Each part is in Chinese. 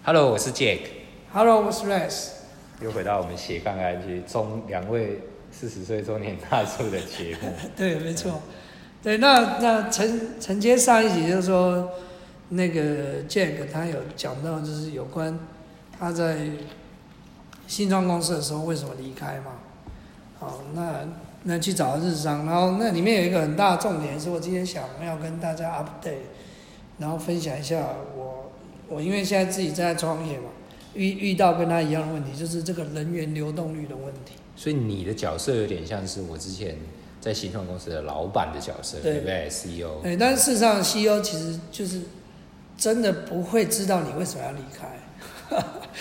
Hello， 我是 Jack。 Hello， 我是 Rex。 又回到我们斜杠 IG 两位40岁中年大叔的节目。 对，没错。对，那承接上一集就是说，那个 Jack 他有讲到，就是有关他在新创公司的时候为什么离开嘛。好，那去找日商，然后那里面有一个很大的重点，是我今天想要跟大家 update， 然后分享一下我因为现在自己在创业嘛，遇到跟他一样的问题，就是这个人员流动率的问题。 所以你的角色有点像是我之前在新创公司的老板的角色，对不对 ？CEO。 对，但是事实上 CEO 其实就是真的不会知道你为什么要离开，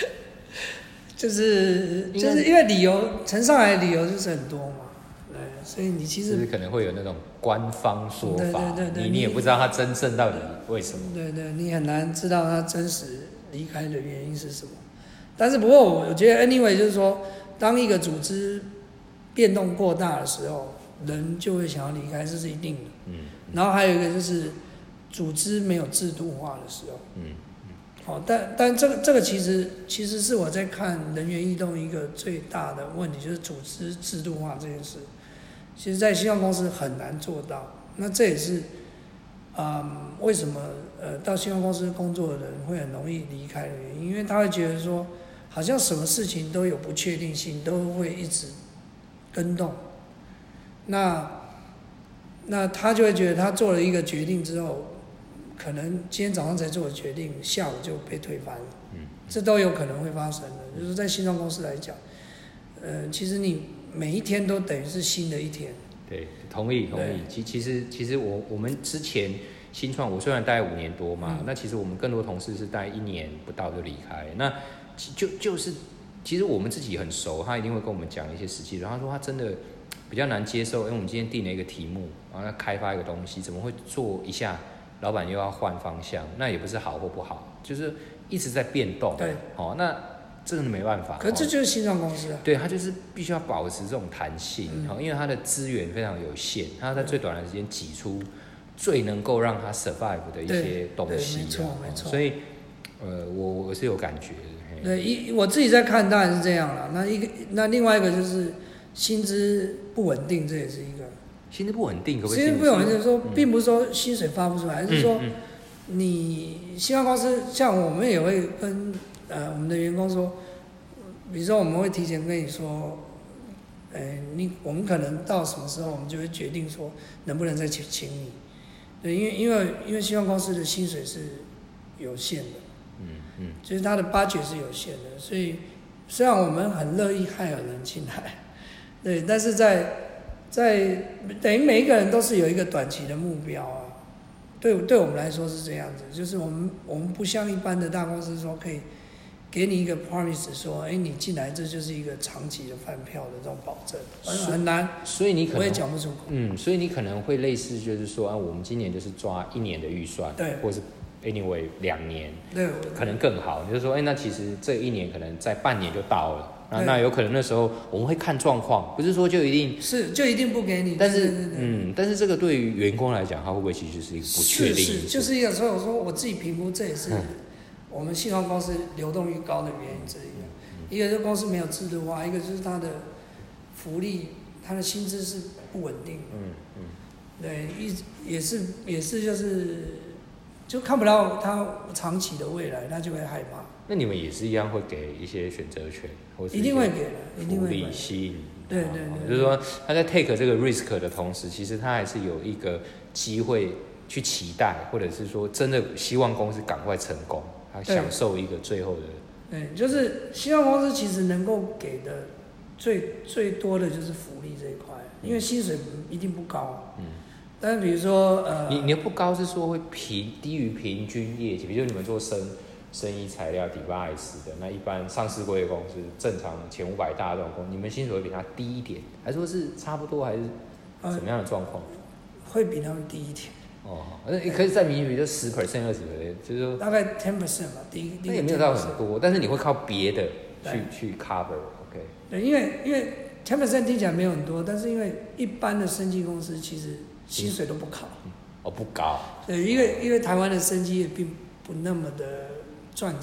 就是因为理由呈上来的理由就是很多嘛，对，所以你其实就是可能会有那种官方说法， 对你也不知道他真正到底为什么。 对，你很难知道他真实离开的原因是什么。但是不过我觉得 anyway 就是说，当一个组织变动过大的时候，人就会想要离开，这是一定的。然后还有一个就是组织没有制度化的时候。好，但这个其实是我在看人员异动一个最大的问题，就是组织制度化这件事。其实，在新创公司很难做到。那这也是，为什么到新创公司工作的人会很容易离开的原因，因为他会觉得说，好像什么事情都有不确定性，都会一直更动。那他就会觉得他做了一个决定之后，可能今天早上才做的决定，下午就被推翻了。这都有可能会发生的。就是在新创公司来讲，其实你每一天都等于是新的一天。 对，同意。其实我们之前新创，我虽然待5年多嘛，那其实我们更多同事是待1年不到就离开。那就是其实我们自己很熟，他一定会跟我们讲一些实际的。他说他真的比较难接受，因为我们今天定了一个题目，然后开发一个东西，怎么会做一下，老板又要换方向？那也不是好或不好，就是一直在变动。 对， 那这个没办法。 可这就是新创公司啊。 对，他就是必须要保持这种弹性，因为他的资源非常有限，他要在最短的时间挤出最能够让他 survive 的一些东西。 没错。 所以，我是有感觉的。 对，我自己在看当然是这样啦。那另外一个就是薪资不稳定，这也是一个。 薪资不稳定，可不可以？ 薪资不稳定就是说，并不是说薪水发不出来，而是说你新创公司，像我们也会跟我们的员工说，比如说我们会提前跟你说，我们可能到什么时候，我们就会决定说能不能再请你。对，因为新创公司的薪水是有限的。就是他的 budget 是有限的，所以虽然我们很乐意害有人进来，对，但是在等于每一个人都是有一个短期的目标啊。对我们来说是这样子，就是我们不像一般的大公司说可以给你一个 promise 说，你进来这就是一个长期的饭票的这种保证，很难。 所以你可能我也讲不出口。 所以你可能会类似就是说，我们今年就是抓1年的预算， 对， 或者是anyway 2年， 对， 可能更好。你就说，那其实这1年可能在半年就到了，那有可能那时候我们会看状况，不是说就一定不给你。 但是这个对于员工来讲，他会不会其实是一个不确定因素？ 就是一个，所以我说我自己评估，这也是我们新创公司流动率高的原因之一。一个就是公司没有制度化，一个就是它的福利，它的薪资是不稳定的。对，也是就看不到他长期的未来，他就会害怕。 那你们也是一样会给一些选择权，或是一定会给的， 福利吸引。 对， 就是说他在 take 这个 risk 的同时，其实他还是有一个机会去期待，或者是说真的希望公司赶快成功，他享受一个最后的。 对，就是新创公司其实能够给的最多的就是福利这一块，因为薪水一定不高。但是比如说你不高是说会低于平均业绩，比如你们做生意材料 device 的，那一般上市柜的公司正常前500大这种公司，你们薪水会比它低一点，还是说是差不多，还是什么样的状况？ 会比他们低一点。 可以再明比就10% 20%，就是说大概10%吧，低。 那也没有到很多，但是你会靠别的去 cover，OK？ 对，因为10% 听起来没有很多，但是因为一般的生技公司其实薪水都不高。 不高。 对，因为台湾的生技业并不那么的赚钱嘛。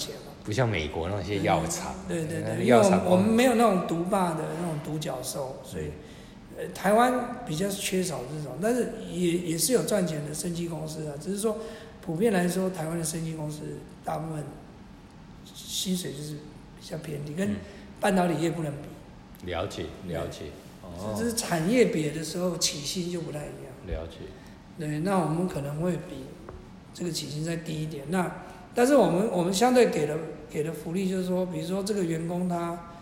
不像美国那些药厂。 对，因药厂为我们没有那种独霸的那种独角兽，所以台湾比较缺少这种，但是也是有赚钱的生技公司啊，只是说普遍来说，台湾的生技公司大部分薪水就是比较偏低，跟半导体业不能比。 了解。 只是产业别的时候起薪就不太一样。 了解。 对，那我们可能会比这个起薪再低一点。但是我们相对给的福利就是说，比如说这个员工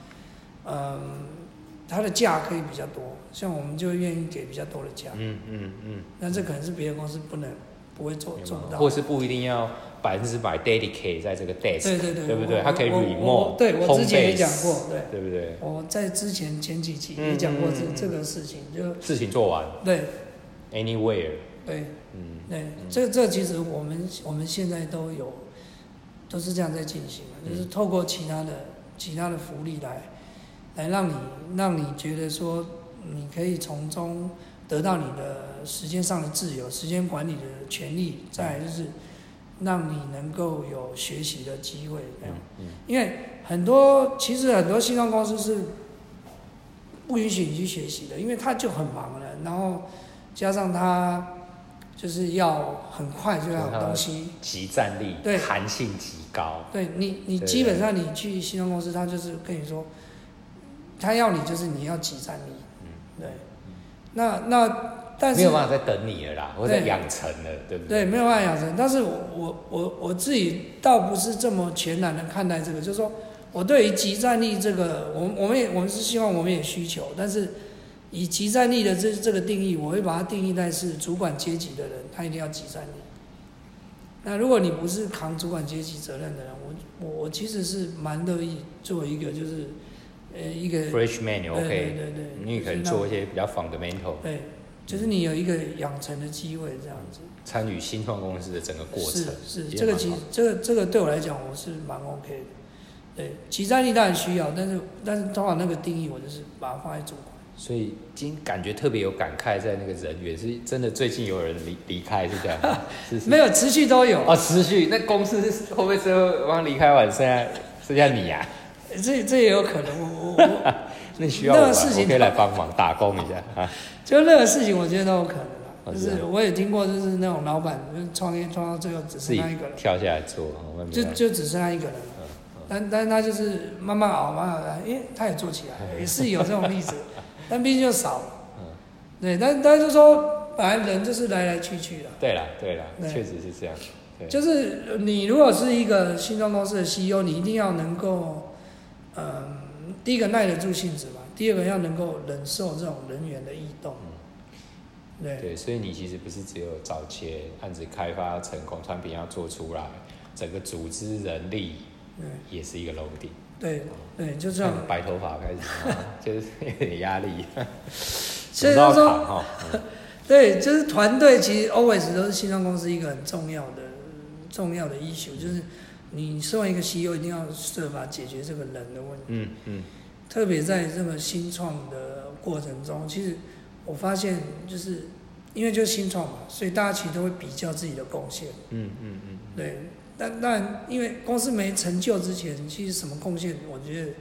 他的假可以比较多，像我们就愿意给比较多的假。那这可能是别的公司不会做不到， 或是不一定要100% dedicate 在这个 desk， 对不对？它可以 remote， 对，我之前也讲过， 对不对？ 我在前几集也讲过这个事情，就事情做完， 对 ，anywhere， 对，这其实我们现在都是这样在进行的，就是透过其他的福利来让你觉得说你可以从中得到你的时间上的自由，时间管理的权利，再来就是让你能够有学习的机会，因为其实很多新创公司是不允许你去学习的，因为他就很忙了，然后加上他就是要很快就要有东西， 即战力， 对， 弹性极高。 对你基本上你去新创公司，他就是跟你说，他要你就是你要即战力，对，但是没有办法再等你了啦，或者养成了，对不对？ 对，没有办法养成。但是我自己倒不是这么全然的看待这个，就是说我对于即战力这个，我们是希望我们也需求，但是以即战力的这个定义，我会把它定义在是主管阶级的人，他一定要即战力。那如果你不是扛主管阶级责任的人，我其实是蛮乐意做一个就是一个 freshman OK， 对， 你也可以做一些比较 fundamental， 对，就是你有一个养成的机会这样子， 参与新创公司的整个过程。 是这个这个对我来讲我是蛮 OK 的。对，即战力当然需要，但是通常那个定义我就是把它放在主管。 所以今天感觉特别有感慨，在那个人员是真的，最近有人离开是这样吗？是没有，持续都有。 持续。那公司会不会最后刚离开完，剩下你啊？ 这也有可能，我那需要我可以来帮忙打工一下啊。 就任何事情，我觉得都有可能啦。就是我也听过，就是那种老板创业创到最后只剩他一个人， 跳下来做， 就只剩他一个人了。但是他就是慢慢熬，他也做起来，也是有这种例子，但毕竟就少了。对，但就说，本来人就是来来去去的。 对啦，确实是这样。 就是你如果是一个新创公司的 CEO， 你一定要能够，第一个耐得住性子嘛，第二个要能够忍受这种人员的异动。 对，所以你其实不是只有找钱，案子开发成功，产品要做出来，整个组织人力也是一个 loading。 对，就这样。 白头发开始，就是有点压力。 所以就说，对，就是团队其实 always 都是新创公司一个很重要的 issue， 就是你身为一个 CEO 一定要设法解决这个人的问题。特别在这个新创的过程中，其实我发现就是因为就是新创嘛，所以大家其实都会比较自己的贡献。对。但因为公司没成就之前，其实什么贡献，我觉得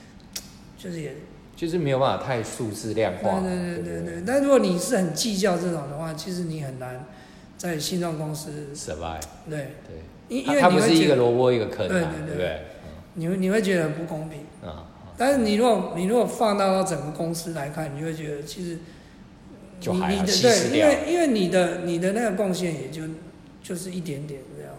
就是没有办法太数字量化。 对。但如果你是很计较这种的话，其实你很难在新创公司 survive。对， 因为它不是一个萝卜一个坑，对不对？ 你会觉得很不公平。但是你如果放到整个公司来看，你会觉得其实就还好，对， 因为你的那个贡献也就是一点点这样。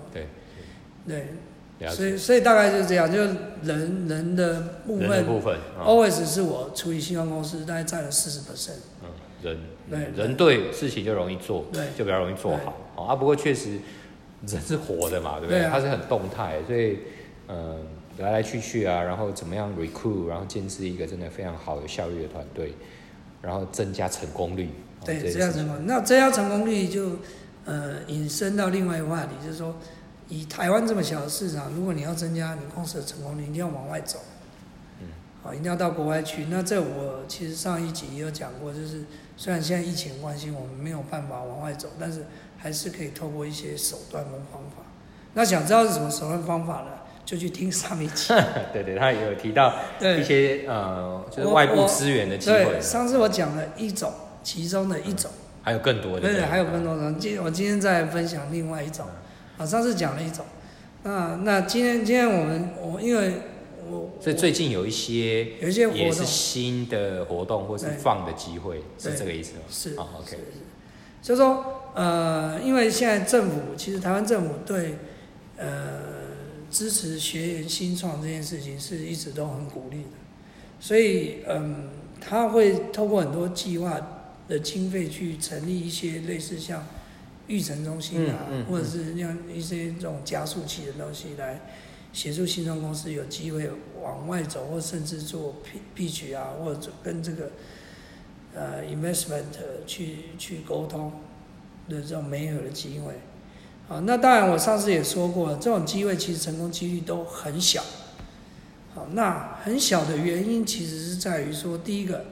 对，所以大概就是这样，就人的部分，always 是我处理新创公司大概占了40%。 人对事情就容易做，就比较容易做好。不过确实人是活的嘛，对不对？它是很动态，所以来来去去啊，然后怎么样 recruit， 然后建设一个真的非常好有效率的团队，然后增加成功率。 对，增加成功率。那增加成功率就引申到另外一个话题，就是说。以台湾这么小的市场，如果你要增加你公司的成功率，一定要往外走，一定要到国外去。那这我其实上一集也有讲过，就是虽然现在疫情关系我们没有办法往外走，但是还是可以透过一些手段跟方法。那想知道是什么手段方法呢？ 就去听上一期。 对对，他也有提到一些就是外部资源的机会。 对，上次我讲了一种，其中的一种， 还有更多的。 对，还有更多种。我今天再分享另外一种。上次讲了一种，那今天我因为所以最近有一些活动也是新的活动或是放的机会，是这个意思吗？ 是。 OK。 所以说因为现在政府其实台湾政府对支持学员新创这件事情是一直都很鼓励的，所以他会透过很多计划的经费去成立一些类似像育成中心或者是像一些这种加速器的东西来协助新创公司有机会往外走，或甚至做 pitch 或者跟这个investment 去沟通的这种媒合的机会。那当然我上次也说过了，这种机会其实成功几率都很小。好，那很小的原因其实是在于说，第一个，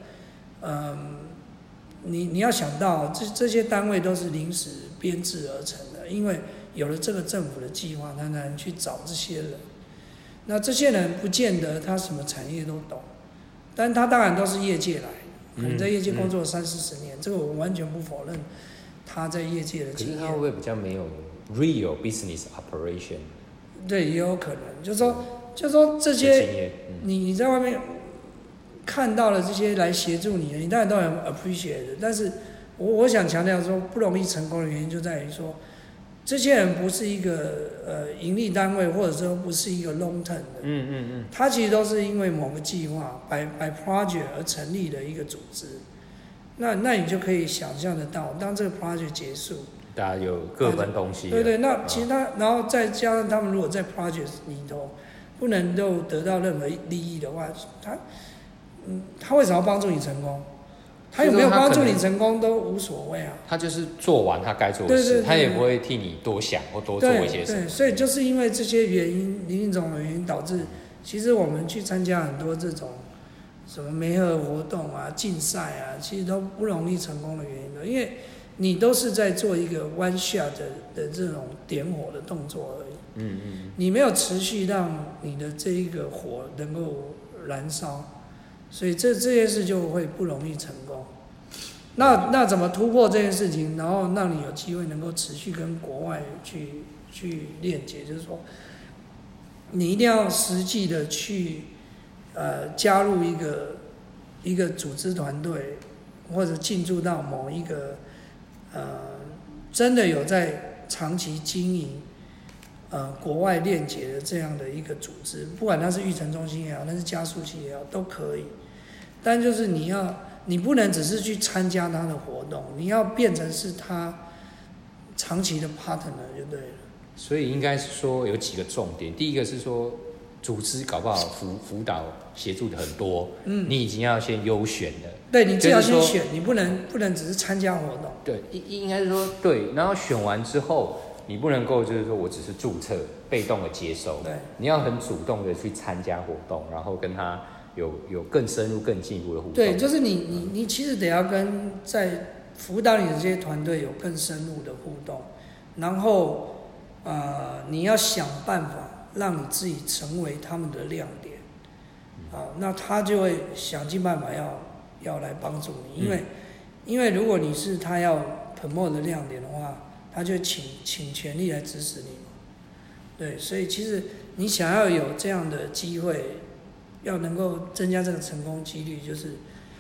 你要想到这些单位都是临时编制而成的，因为有了这个政府的计划，他才能去找这些人。那这些人不见得他什么产业都懂，但他当然都是业界来，可能在业界工作30-40年，这个我完全不否认他在业界的经验。 可是他会不会比较没有 real business operation？ 对，也有可能，就是说这些你在外面看到了这些来协助你的，你当然都很 appreciate 的，但是我想强调说，不容易成功的原因就在于说，这些人不是一个盈利单位，或者说不是一个 long term 的，他其实都是因为某个计划 by project 而成立的一个组织，那你就可以想象得到，当这个 project 结束， 大家有各分东西。 对，那其他然后再加上他们如果在 project 里头不能够得到任何利益的话，他为什么要帮助你成功？他有没有帮助你成功都无所谓啊。 他就是做完他该做的事，他也不会替你多想或多做一些事。 对，所以就是因为这些原因，林种的原因导致，其实我们去参加很多这种什么媒合活动竞赛其实都不容易成功的原因的，因为你都是在做一个 one shot 的这种点火的动作而已。你没有持续让你的这一个火能够燃烧。所以这件事就会不容易成功。那怎么突破这件事情，然后让你有机会能够持续跟国外去链接，就是说，你一定要实际的去加入一个组织团队，或者进驻到某一个真的有在长期经营国外链接的这样的一个组织，不管它是育成中心也好，那是加速器也好，都可以。但就是你不能只是去参加他的活动，你要变成是他长期的 partner 就对了。 所以应该是说有几个重点，第一个是说组织搞不好辅导协助的很多，你已经要先优选了。 对，你既要先选，你不能只是参加活动。 对，应该是说对，然后选完之后，你不能够就是说我只是注册，被动的接收。 对， 你要很主动的去参加活动，然后跟他有更深入、更进一步的互动。 对，就是你其实得要跟在辅导你的这些团队有更深入的互动，然后你要想办法让你自己成为他们的亮点，那他就会想尽办法要来帮助你，因为如果你是他要 promote 的亮点的话，他就请全力来支持你嘛。对，所以其实你想要有这样的机会，要能够增加这个成功几率，就是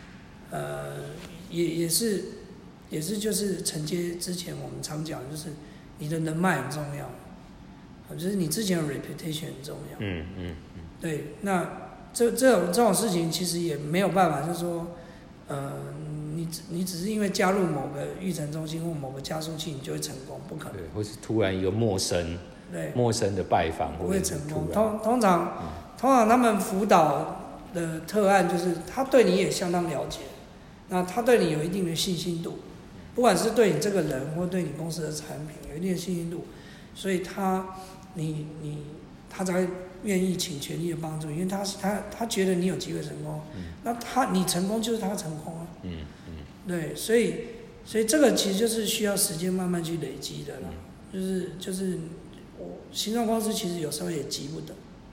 也是就是承接之前我们常讲的，就是你的人脉很重要，就是你之前的 reputation 很重要。对，那这种事情其实也没有办法，就是说，你只是因为加入某个育成中心或某个加速器，你就会成功，不可能。 对，或是突然一个陌生的拜访， 不会成功。通常他们辅导的特案就是他对你也相当了解，那他对你有一定的信心度，不管是对你这个人或对你公司的产品有一定的信心度，所以他才会愿意请全力的帮助，因为他觉得你有机会成功，那你成功就是他成功啊。对，所以这个其实就是需要时间慢慢去累积的啦。就是新创公司其实有时候也急不得。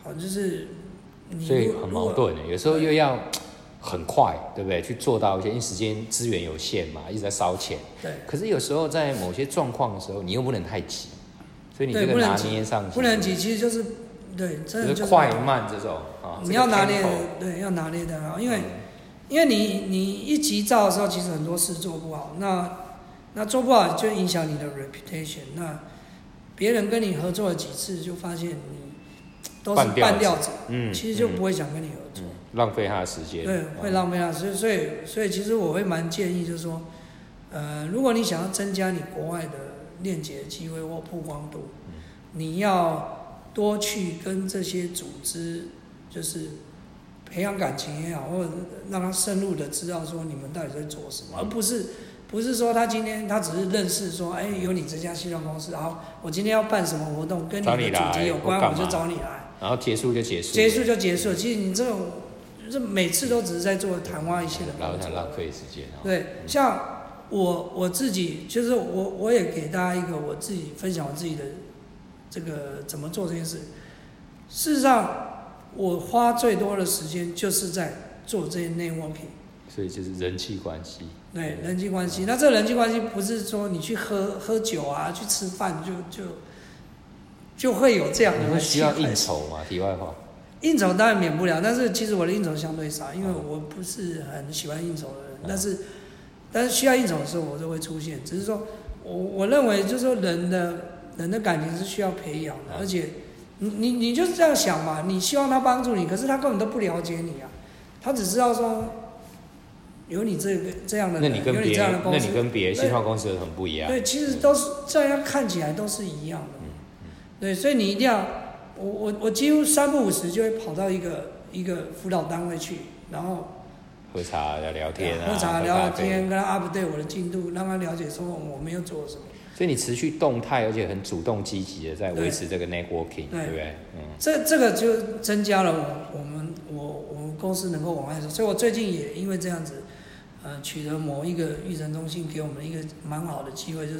好，就是所以很矛盾有时候又要很快，对不对？去做到一些，因为时间资源有限嘛，一直在烧钱。 对。 可是有时候在某些状况的时候，你又不能太急，所以你这个拿捏上不能急，其实就是对，真的就是快慢这种啊。 你要拿捏，对，要拿捏得好，因为你一急躁的时候，其实很多事做不好，那做不好就影响你的 reputation， 那别人跟你合作了几次，就发现你都是半吊子，其实就不会想跟你合作， 浪费他的时间， 对，会浪费他的时间，所以其实我会蛮建议，就是说，如果你想要增加你国外的链接机会或曝光度，你要多去跟这些组织，就是培养感情也好，或者让他深入的知道说你们到底在做什么，而不是说他今天他只是认识说，有你这家新创公司，好，我今天要办什么活动跟你的主题有关，我就找你来， 然后结束就结束， 其实你这种就是每次都只是在做昙花一现的工作， 浪费时间。 对，像我自己就是我也给大家一个我自己分享我自己的这个怎么做这件事。事实上，我花最多的时间就是在做这些 networking， 所以就是人际关系。 对，人际关系。那这人际关系不是说你去喝酒啊，去吃饭就会有这样的。 你会需要应酬吗？题外话。 应酬当然免不了，但是其实我的应酬相对少，因为我不是很喜欢应酬的人。但是需要应酬的时候，我就会出现。只是说我认为就是说人的感情是需要培养的，而且你就是这样想嘛，你希望他帮助你，可是他根本都不了解你啊，他只知道说有你这样的人，有你这样的公司， 那你跟别的新创公司很不一样。 对，其实都是这样，看起来都是一样的。对，所以你一定要，我几乎3不5时就会跑到一个辅导单位去，然后喝茶聊天啊， 喝茶聊天，跟他 update 我的进度，让他了解说我们又做了什么。 所以你持续动态，而且很主动积极的在维持这个 networking， 对不对？ 这个就增加了我们公司能够往外走。所以我最近也因为这样子，取得某一个育成中心给我们一个蛮好的机会，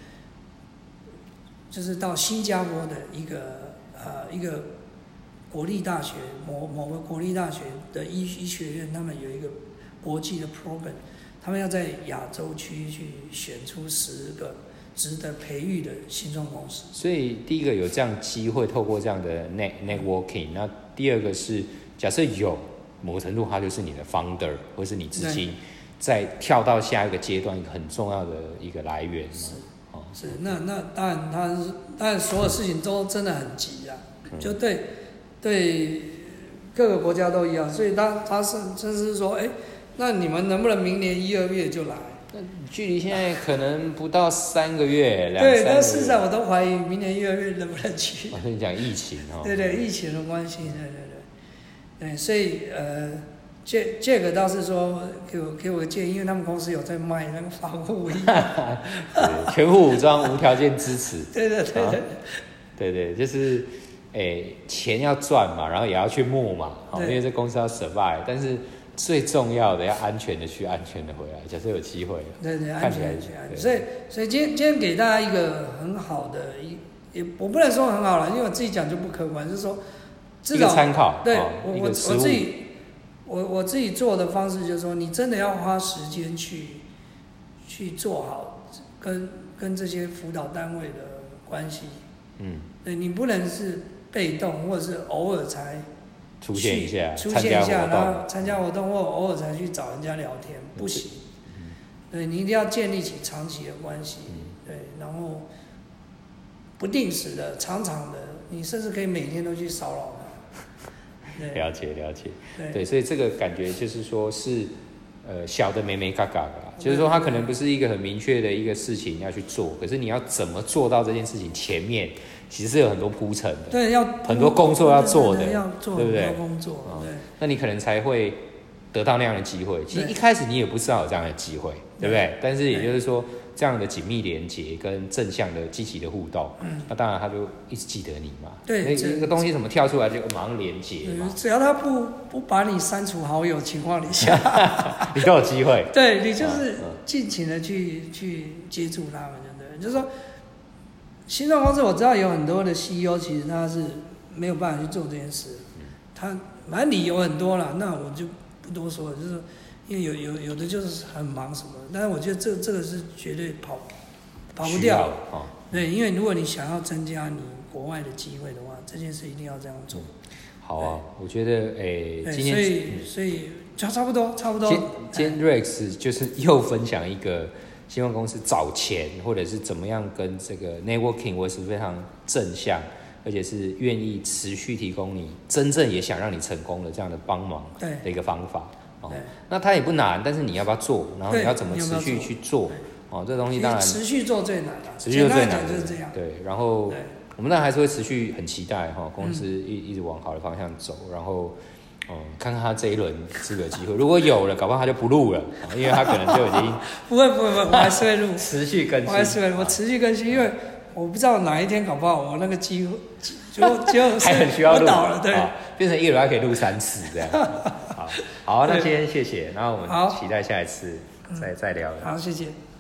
就是到新加坡的一个国立大学某个国立大学的医学院，他们有一个国际的 program， 他们要在亚洲区去选出10个值得培育的新创公司。 所以第一个有这样机会，透过这样的 networking， 那第二个是假设有某个程度，它就是你的 founder 或是你资金再跳到下一个阶段一个很重要的一个来源。 是，那当然所有事情都真的很急啊，就对各个国家都一样，所以他是说，那你们能不能明年1、2月就来？ 那距离现在可能不到3个月， 对，但事实上我都怀疑明年1、2月能不能去。 我跟你讲疫情对，疫情的关系，对，所以Jack 倒是说给我个建议，因为他们公司有在卖那个防护衣， 全副武装，无条件支持。对，就是钱要赚嘛，然后也要去募嘛，因为这公司要 survive， 但是最重要的要安全的去，安全的回来。假设有机会， 对，安全的去。所以今天给大家一个很好的也我不能说很好了，因为我自己讲就不客观，就是说至少一个参考。 对，我自己做的方式就是说，你真的要花时间去做好跟这些辅导单位的关系。对，你不能是被动，或者是偶尔才出现一下， 然后参加活动，或偶尔才去找人家聊天，不行。对，你一定要建立起长期的关系。对，然后不定时的、常常的，你甚至可以每天都去骚扰他。 了解。对，所以这个感觉就是说是小的眉嘎嘎的啦，就是说它可能不是一个很明确的一个事情要去做，可是你要怎么做到这件事情前面其实是有很多铺陈的， 对，要很多工作要做的， 对不对？ 很多工作，对， 那你可能才会得到那样的机会。其实一开始你也不知道有这样的机会，对不对？但是也就是说，这样的紧密连结跟正向的积极的互动，那当然他就一直记得你嘛。 对， 一个东西怎么跳出来就马上连结嘛。 只要他不把你删除好友情况底下， 你都有机会。 对，你就是尽情的去接触他们，对不对？就是说，新创公司我知道有很多的 CEO 其实他是没有办法去做这件事。他反正理由很多啦，那我就不多说了，就是因为有的就是很忙什么的，但是我觉得这个是绝对跑不掉的。对，因为如果你想要增加你国外的机会的话，这件事一定要这样做。 好啊，我觉得今天所以就差不多。 今天 Rex 就是又分享一个新创公司找钱或者是怎么样跟这个 networking 我是非常正向，而且是愿意持续提供你真正也想让你成功的这样的帮忙的一个方法。那它也不难，但是你要不要做，然后你要怎么持续去做？这东西当然持续做最难了， 持续做最难就是这样。 对，然后我们当然还是会持续很期待公司一直往好的方向走，然后看看他这一轮是不是有机会，如果有了，搞不好他就不录了，因为他可能就已经不会，我还是会录， 持续更新， 我还是会，我持续更新，因为我不知道哪一天搞不好我那个机会就还很需要录， 我倒了，对， 变成一个礼拜可以录3次这样。好，那今天谢谢，然后我们期待下一次再聊。 好，谢谢。